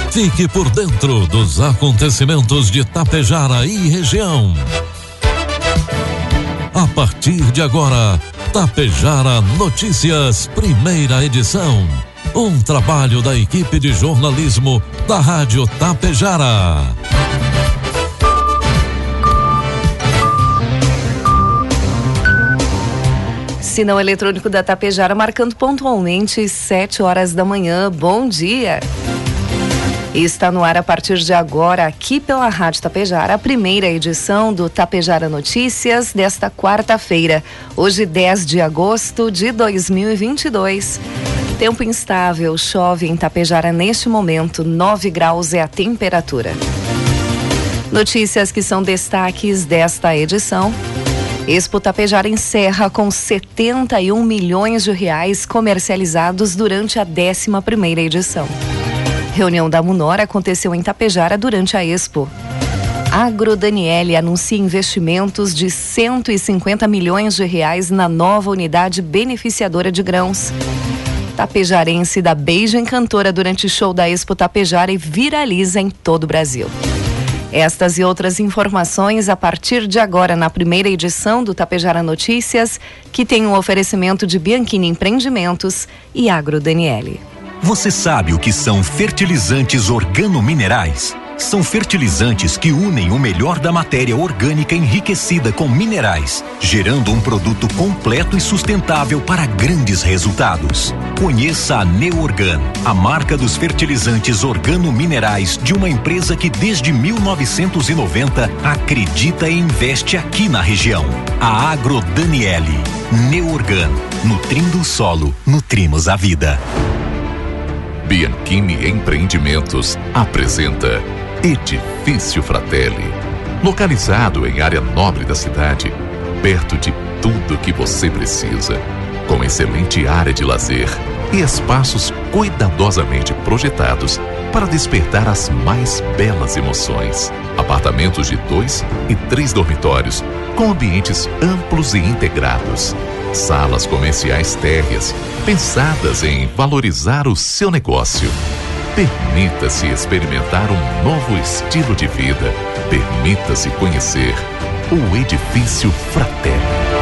Fique por dentro dos acontecimentos de Tapejara e região. A partir de agora, Tapejara Notícias, primeira edição. Um trabalho da equipe de jornalismo da Rádio Tapejara. Sinal eletrônico da Tapejara marcando pontualmente 7 horas da manhã. Bom dia! Está no ar a partir de agora, aqui pela Rádio Tapejara, a primeira edição do Tapejara Notícias desta quarta-feira, hoje 10 de agosto de 2022. Tempo instável, chove em Tapejara neste momento, 9 graus é a temperatura. Notícias que são destaques desta edição. Expo Tapejara encerra com 71 milhões de reais comercializados durante a 11ª edição. Reunião da Munor aconteceu em Tapejara durante a Expo. AgroDaniele anuncia investimentos de 150 milhões de reais na nova unidade beneficiadora de grãos. Tapejarense dá beijo em cantora durante show da Expo Tapejara e viraliza em todo o Brasil. Estas e outras informações a partir de agora na primeira edição do Tapejara Notícias, que tem um oferecimento de Bianchini Empreendimentos e AgroDaniele. Você sabe o que são fertilizantes organominerais? São fertilizantes que unem o melhor da matéria orgânica enriquecida com minerais, gerando um produto completo e sustentável para grandes resultados. Conheça a Neorgan, a marca dos fertilizantes organominerais de uma empresa que desde 1990 acredita e investe aqui na região. A AgroDaniele. Neorgan. Nutrindo o solo, nutrimos a vida. Bianchini Empreendimentos apresenta Edifício Fratelli. Localizado em área nobre da cidade, perto de tudo que você precisa, com excelente área de lazer e espaços cuidadosamente projetados para despertar as mais belas emoções. Apartamentos de 2 e 3 dormitórios, com ambientes amplos e integrados. Salas comerciais térreas, pensadas em valorizar o seu negócio. Permita-se experimentar um novo estilo de vida. Permita-se conhecer o Edifício Fratelli.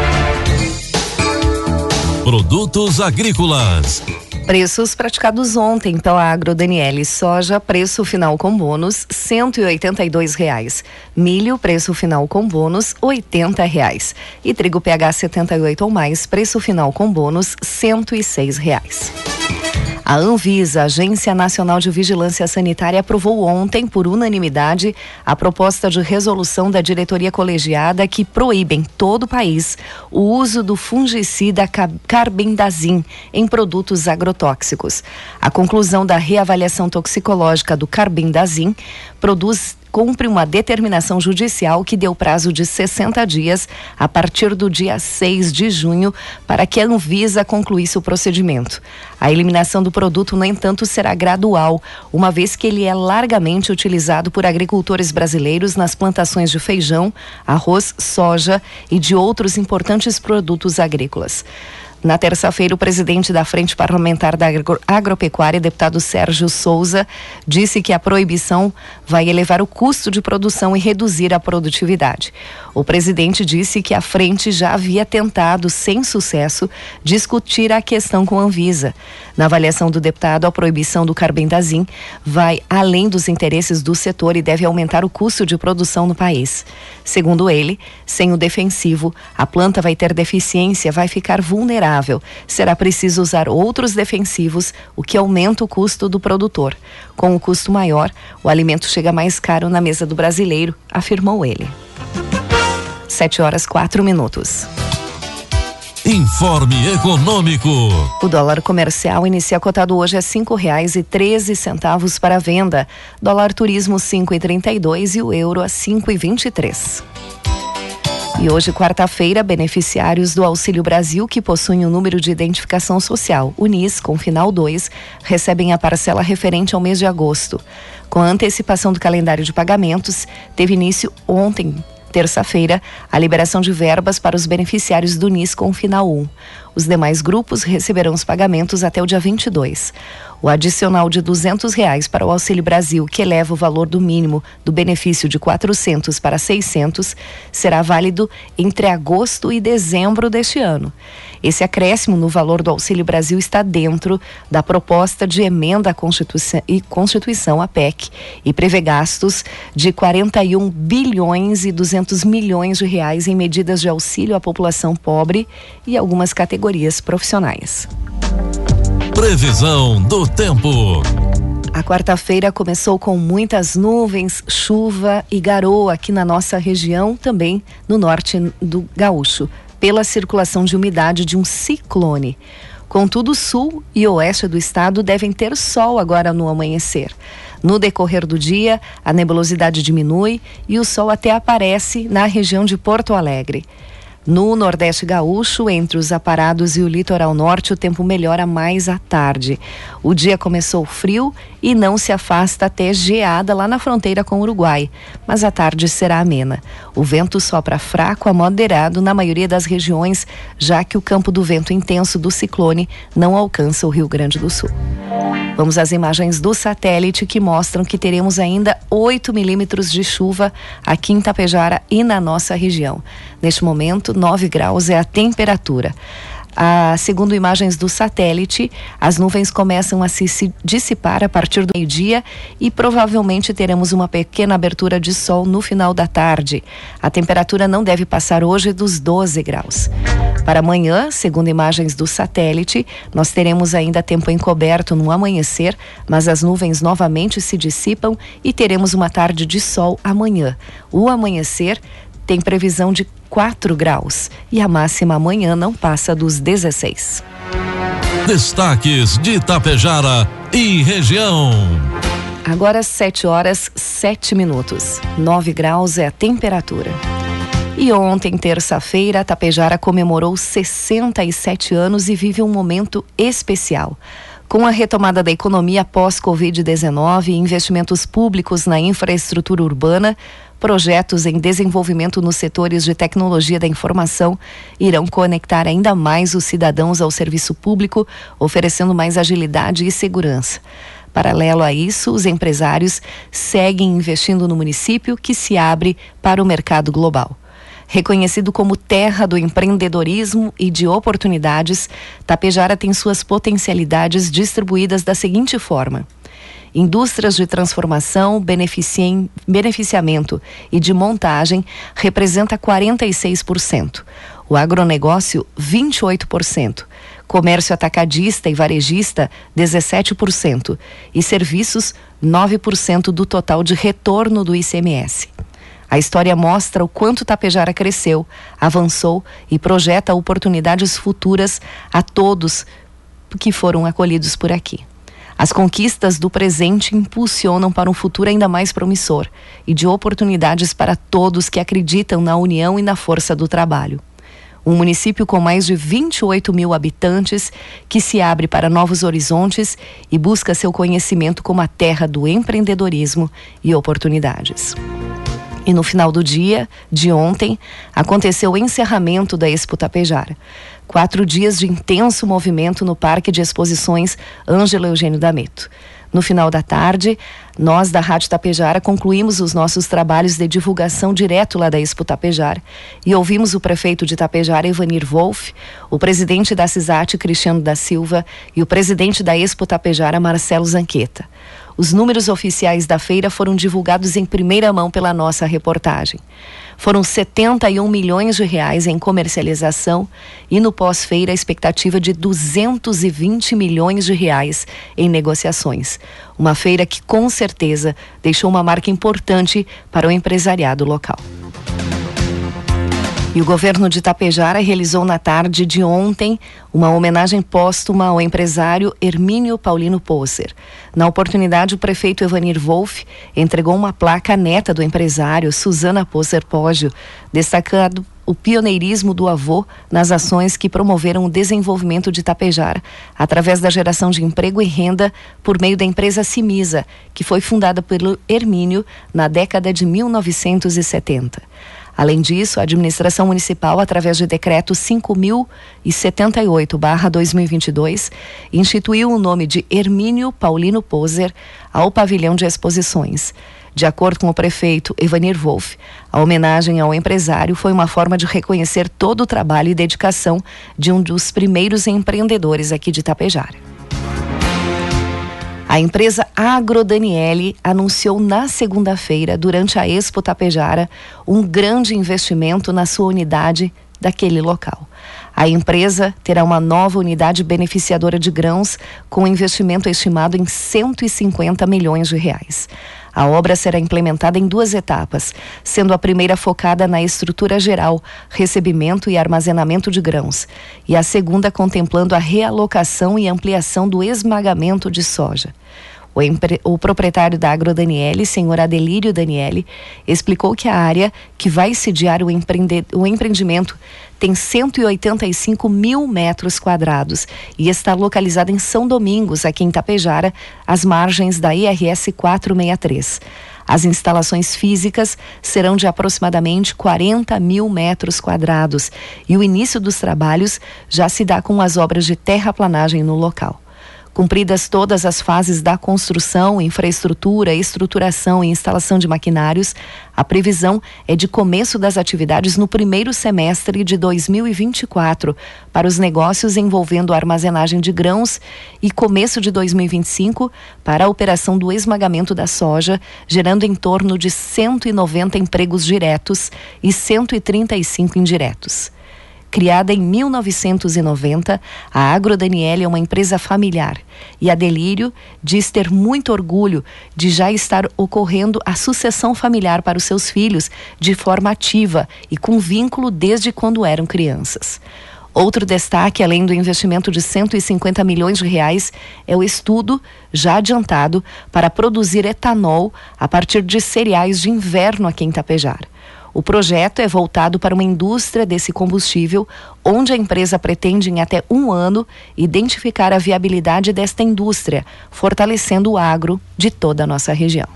Produtos agrícolas. Preços praticados ontem pela AgroDaniele. Soja, preço final com bônus, R$ 182,00. Milho, preço final com bônus, R$ 80,00. E trigo PH 78 ou mais, preço final com bônus, R$ 106,00. A Anvisa, Agência Nacional de Vigilância Sanitária, aprovou ontem, por unanimidade, a proposta de resolução da diretoria colegiada que proíbe em todo o país o uso do fungicida carbendazim em produtos agrotóxicos. A conclusão da reavaliação toxicológica do carbendazim cumpre uma determinação judicial que deu prazo de 60 dias a partir do dia 6 de junho para que a Anvisa concluísse o procedimento. A eliminação do produto, no entanto, será gradual, uma vez que ele é largamente utilizado por agricultores brasileiros nas plantações de feijão, arroz, soja e de outros importantes produtos agrícolas. Na terça-feira, o presidente da Frente Parlamentar da Agropecuária, deputado Sérgio Souza, disse que a proibição vai elevar o custo de produção e reduzir a produtividade. O presidente disse que a frente já havia tentado, sem sucesso, discutir a questão com a Anvisa. Na avaliação do deputado, a proibição do carbendazim vai além dos interesses do setor e deve aumentar o custo de produção no país. Segundo ele, sem o defensivo, a planta vai ter deficiência, vai ficar vulnerável. Será preciso usar outros defensivos, o que aumenta o custo do produtor. Com o custo maior, o alimento chega mais caro na mesa do brasileiro, afirmou ele. 7h04. Informe Econômico. O dólar comercial inicia cotado hoje a R$ 5,13 para venda. Dólar turismo 5,32 e o euro a 5,23. E hoje, quarta-feira, beneficiários do Auxílio Brasil que possuem o número de identificação social, o NIS, com final 2, recebem a parcela referente ao mês de agosto. Com a antecipação do calendário de pagamentos, teve início ontem terça-feira, a liberação de verbas para os beneficiários do NIS com final 1. Os demais grupos receberão os pagamentos até o dia 22. O adicional de R$200 para o Auxílio Brasil, que eleva o valor do mínimo do benefício de 400 para 600, será válido entre agosto e dezembro deste ano. Esse acréscimo no valor do Auxílio Brasil está dentro da proposta de emenda à Constituição, a PEC, e prevê gastos de 41 bilhões e 200 milhões de reais em medidas de auxílio à população pobre e algumas categorias profissionais. Previsão do tempo. A quarta-feira começou com muitas nuvens, chuva e garoa aqui na nossa região, também no norte do Gaúcho, pela circulação de umidade de um ciclone. Contudo, o sul e oeste do estado devem ter sol agora no amanhecer. No decorrer do dia, a nebulosidade diminui e o sol até aparece na região de Porto Alegre. No Nordeste Gaúcho, entre os Aparados e o litoral norte, o tempo melhora mais à tarde. O dia começou frio e não se afasta até geada lá na fronteira com o Uruguai, mas a tarde será amena. O vento sopra fraco a moderado na maioria das regiões, já que o campo do vento intenso do ciclone não alcança o Rio Grande do Sul. Vamos às imagens do satélite que mostram que teremos ainda 8 milímetros de chuva aqui em Tapejara e na nossa região. Neste momento, 9 graus é a temperatura. Segundo imagens do satélite, as nuvens começam a se dissipar a partir do meio-dia e provavelmente teremos uma pequena abertura de sol no final da tarde. A temperatura não deve passar hoje dos 12 graus. Para amanhã, segundo imagens do satélite, nós teremos ainda tempo encoberto no amanhecer, mas as nuvens novamente se dissipam e teremos uma tarde de sol amanhã. O amanhecer tem previsão de 4 graus e a máxima amanhã não passa dos 16. Destaques de Tapejara e região. Agora 7 horas 7 minutos. 9 graus é a temperatura. E ontem, terça-feira, Tapejara comemorou 67 anos e vive um momento especial. Com a retomada da economia pós-Covid-19 e investimentos públicos na infraestrutura urbana, projetos em desenvolvimento nos setores de tecnologia da informação irão conectar ainda mais os cidadãos ao serviço público, oferecendo mais agilidade e segurança. Paralelo a isso, os empresários seguem investindo no município, que se abre para o mercado global. Reconhecido como terra do empreendedorismo e de oportunidades, Tapejara tem suas potencialidades distribuídas da seguinte forma: indústrias de transformação, beneficiamento e de montagem representa 46%, o agronegócio 28%, comércio atacadista e varejista 17% e serviços 9% do total de retorno do ICMS. A história mostra o quanto Tapejara cresceu, avançou e projeta oportunidades futuras a todos que foram acolhidos por aqui. As conquistas do presente impulsionam para um futuro ainda mais promissor e de oportunidades para todos que acreditam na união e na força do trabalho. Um município com mais de 28 mil habitantes que se abre para novos horizontes e busca seu conhecimento como a terra do empreendedorismo e oportunidades. E no final do dia, de ontem, aconteceu o encerramento da Expo Tapejara. 4 dias de intenso movimento no Parque de Exposições Ângelo Eugênio D'Ameto. No final da tarde, nós da Rádio Tapejara concluímos os nossos trabalhos de divulgação direto lá da Expo Tapejara e ouvimos o prefeito de Tapejara, Evanir Wolff, o presidente da CISAT, Cristiano da Silva, e o presidente da Expo Tapejara, Marcelo Zanqueta. Os números oficiais da feira foram divulgados em primeira mão pela nossa reportagem. Foram 71 milhões de reais em comercialização e no pós-feira a expectativa de 220 milhões de reais em negociações. Uma feira que com certeza deixou uma marca importante para o empresariado local. E o governo de Tapejara realizou na tarde de ontem uma homenagem póstuma ao empresário Hermínio Paulino Poser. Na oportunidade, o prefeito Evanir Wolff entregou uma placa à neta do empresário, Suzana Poser Poggio, destacando o pioneirismo do avô nas ações que promoveram o desenvolvimento de Tapejara, através da geração de emprego e renda por meio da empresa Simisa, que foi fundada pelo Hermínio na década de 1970. Além disso, a administração municipal, através de decreto 5.078/2022, instituiu o nome de Hermínio Paulino Poser ao pavilhão de exposições. De acordo com o prefeito Evanir Wolff, a homenagem ao empresário foi uma forma de reconhecer todo o trabalho e dedicação de um dos primeiros empreendedores aqui de Tapejara. A empresa AgroDaniele anunciou na segunda-feira, durante a Expo Tapejara, um grande investimento na sua unidade daquele local. A empresa terá uma nova unidade beneficiadora de grãos com um investimento estimado em 150 milhões de reais. A obra será implementada em 2 etapas, sendo a primeira focada na estrutura geral, recebimento e armazenamento de grãos, e a segunda contemplando a realocação e ampliação do esmagamento de soja. O proprietário da AgroDaniele, senhor Adelírio Daniele, explicou que a área que vai sediar o empreendimento tem 185 mil metros quadrados e está localizada em São Domingos, aqui em Tapejara, às margens da IRS 463. As instalações físicas serão de aproximadamente 40 mil metros quadrados e o início dos trabalhos já se dá com as obras de terraplanagem no local. Cumpridas todas as fases da construção, infraestrutura, estruturação e instalação de maquinários, a previsão é de começo das atividades no primeiro semestre de 2024 para os negócios envolvendo a armazenagem de grãos e começo de 2025 para a operação do esmagamento da soja, gerando em torno de 190 empregos diretos e 135 indiretos. Criada em 1990, a AgroDaniele é uma empresa familiar e a Adelírio diz ter muito orgulho de já estar ocorrendo a sucessão familiar para os seus filhos de forma ativa e com vínculo desde quando eram crianças. Outro destaque, além do investimento de 150 milhões de reais, é o estudo já adiantado para produzir etanol a partir de cereais de inverno aqui em Tapejara. O projeto é voltado para uma indústria desse combustível, onde a empresa pretende, em até 1 ano, identificar a viabilidade desta indústria, fortalecendo o agro de toda a nossa região.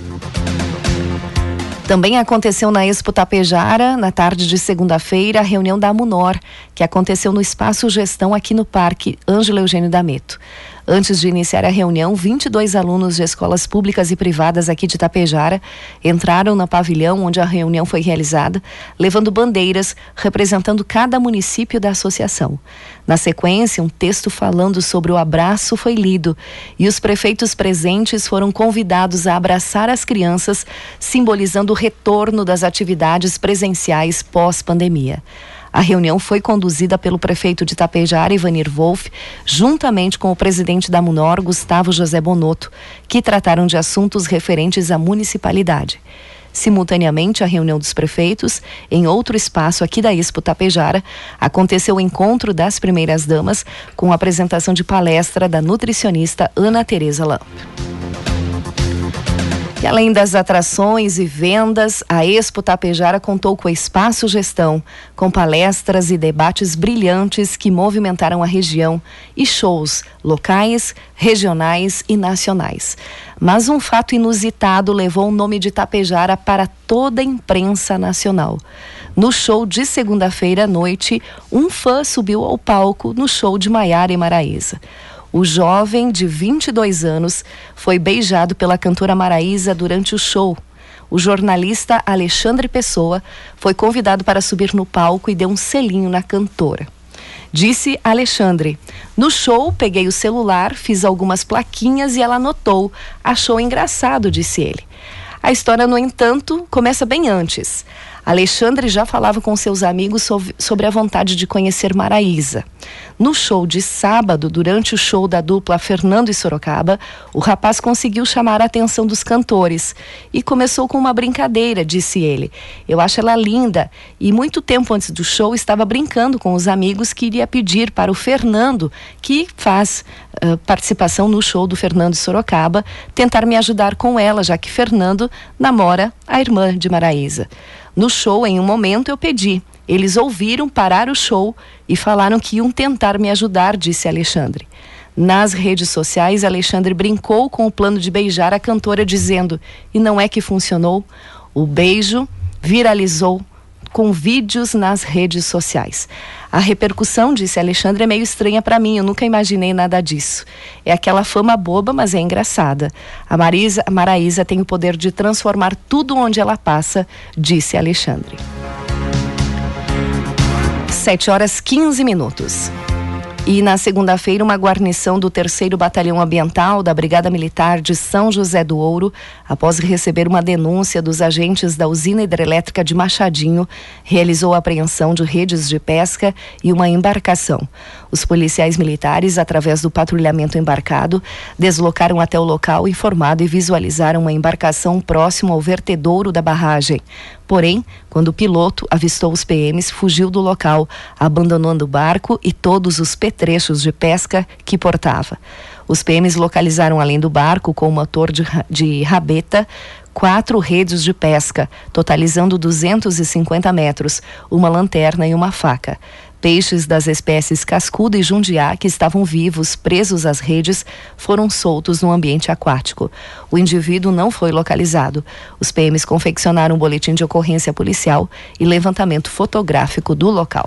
Também aconteceu na Expo Tapejara, na tarde de segunda-feira, a reunião da Amunor, que aconteceu no Espaço Gestão aqui no Parque Ângelo Eugênio D'Ameto. Antes de iniciar a reunião, 22 alunos de escolas públicas e privadas aqui de Tapejara entraram no pavilhão onde a reunião foi realizada, levando bandeiras representando cada município da associação. Na sequência, um texto falando sobre o abraço foi lido e os prefeitos presentes foram convidados a abraçar as crianças, simbolizando o retorno das atividades presenciais pós-pandemia. A reunião foi conduzida pelo prefeito de Tapejara, Evanir Wolff, juntamente com o presidente da Amunor, Gustavo José Bonotto, que trataram de assuntos referentes à municipalidade. Simultaneamente à reunião dos prefeitos, em outro espaço aqui da Expo Tapejara, aconteceu o encontro das primeiras damas com a apresentação de palestra da nutricionista Ana Tereza Lamp. E além das atrações e vendas, a Expo Tapejara contou com o Espaço Gestão, com palestras e debates brilhantes que movimentaram a região e shows locais, regionais e nacionais. Mas um fato inusitado levou o nome de Tapejara para toda a imprensa nacional. No show de segunda-feira à noite, um fã subiu ao palco no show de Maiara e Maraíza. O jovem de 22 anos foi beijado pela cantora Maraíza durante o show. O jornalista Alexandre Pessoa foi convidado para subir no palco e deu um selinho na cantora. Disse Alexandre: no show peguei o celular, fiz algumas plaquinhas e ela anotou. Achou engraçado, disse ele. A história, no entanto, começa bem antes. Alexandre já falava com seus amigos sobre a vontade de conhecer Maraíza. No show de sábado, durante o show da dupla Fernando e Sorocaba, o rapaz conseguiu chamar a atenção dos cantores e começou com uma brincadeira, disse ele. Eu acho ela linda e muito tempo antes do show estava brincando com os amigos que iria pedir para o Fernando, que faz participação no show do Fernando e Sorocaba, tentar me ajudar com ela, já que Fernando namora a irmã de Maraíza. No show, em um momento, eu pedi. Eles ouviram parar o show e falaram que iam tentar me ajudar, disse Alexandre. Nas redes sociais, Alexandre brincou com o plano de beijar a cantora, dizendo: e não é que funcionou? O beijo viralizou com vídeos nas redes sociais. A repercussão, disse Alexandre, é meio estranha para mim, eu nunca imaginei nada disso. É aquela fama boba, mas é engraçada. A Maraísa tem o poder de transformar tudo onde ela passa, disse Alexandre. 7h15. E na segunda-feira, uma guarnição do 3º Batalhão Ambiental da Brigada Militar de São José do Ouro, após receber uma denúncia dos agentes da usina hidrelétrica de Machadinho, realizou a apreensão de redes de pesca e uma embarcação. Os policiais militares, através do patrulhamento embarcado, deslocaram até o local informado e visualizaram uma embarcação próximo ao vertedouro da barragem. Porém, quando o piloto avistou os PMs, fugiu do local, abandonando o barco e todos os petrechos de pesca que portava. Os PMs localizaram, além do barco com motor de rabeta, 4 redes de pesca, totalizando 250 metros, uma lanterna e uma faca. Peixes das espécies cascudo e jundiá, que estavam vivos, presos às redes, foram soltos no ambiente aquático. O indivíduo não foi localizado. Os PMs confeccionaram um boletim de ocorrência policial e levantamento fotográfico do local.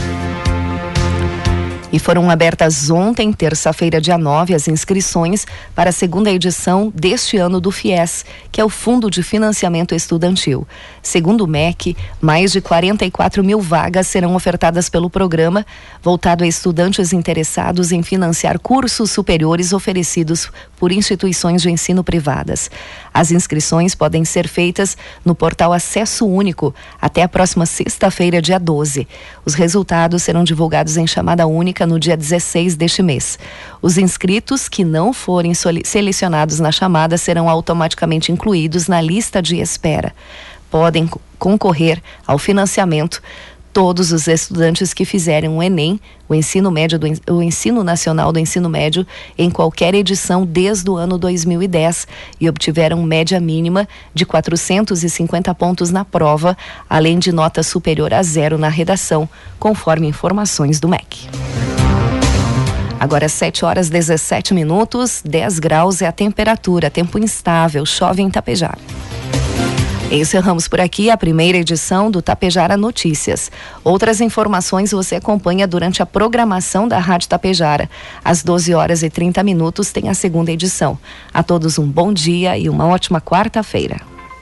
E foram abertas ontem, terça-feira, dia 9, as inscrições para a segunda edição deste ano do FIES, que é o Fundo de Financiamento Estudantil. Segundo o MEC, mais de 44 mil vagas serão ofertadas pelo programa, voltado a estudantes interessados em financiar cursos superiores oferecidos por instituições de ensino privadas. As inscrições podem ser feitas no portal Acesso Único até a próxima sexta-feira, dia 12. Os resultados serão divulgados em chamada única no dia 16 deste mês. Os inscritos que não forem selecionados na chamada serão automaticamente incluídos na lista de espera. Podem concorrer ao financiamento todos os estudantes que fizerem o Enem, o Ensino Nacional do Ensino Médio, em qualquer edição desde o ano 2010 e obtiveram média mínima de 450 pontos na prova, além de nota superior a 0 na redação, conforme informações do MEC. Agora 7h17, 10 graus é a temperatura, tempo instável, chove em Tapejara. Encerramos por aqui a primeira edição do Tapejara Notícias. Outras informações você acompanha durante a programação da Rádio Tapejara. Às 12h30 tem a segunda edição. A todos um bom dia e uma ótima quarta-feira.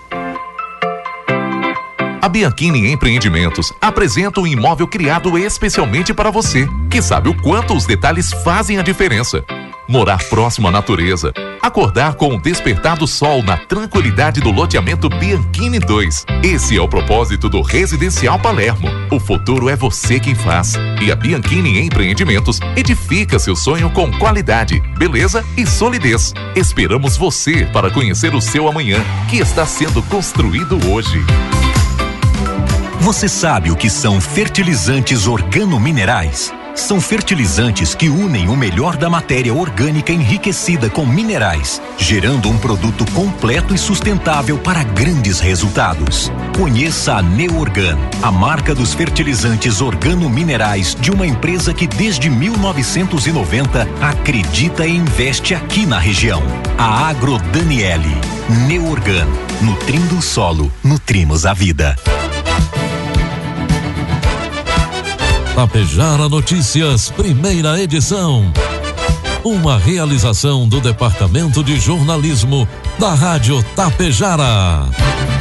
A Bianchini Empreendimentos apresenta um imóvel criado especialmente para você, que sabe o quanto os detalhes fazem a diferença. Morar próximo à natureza, acordar com o despertar do sol na tranquilidade do loteamento Bianchini 2. Esse é o propósito do Residencial Palermo. O futuro é você quem faz. E a Bianchini Empreendimentos edifica seu sonho com qualidade, beleza e solidez. Esperamos você para conhecer o seu amanhã, que está sendo construído hoje. Você sabe o que são fertilizantes organominerais? São fertilizantes que unem o melhor da matéria orgânica enriquecida com minerais, gerando um produto completo e sustentável para grandes resultados. Conheça a Neorgan, a marca dos fertilizantes organominerais de uma empresa que desde 1990 acredita e investe aqui na região. A AgroDaniele. Neorgan. Nutrindo o solo, nutrimos a vida. Tapejara Notícias, primeira edição. Uma realização do Departamento de Jornalismo da Rádio Tapejara.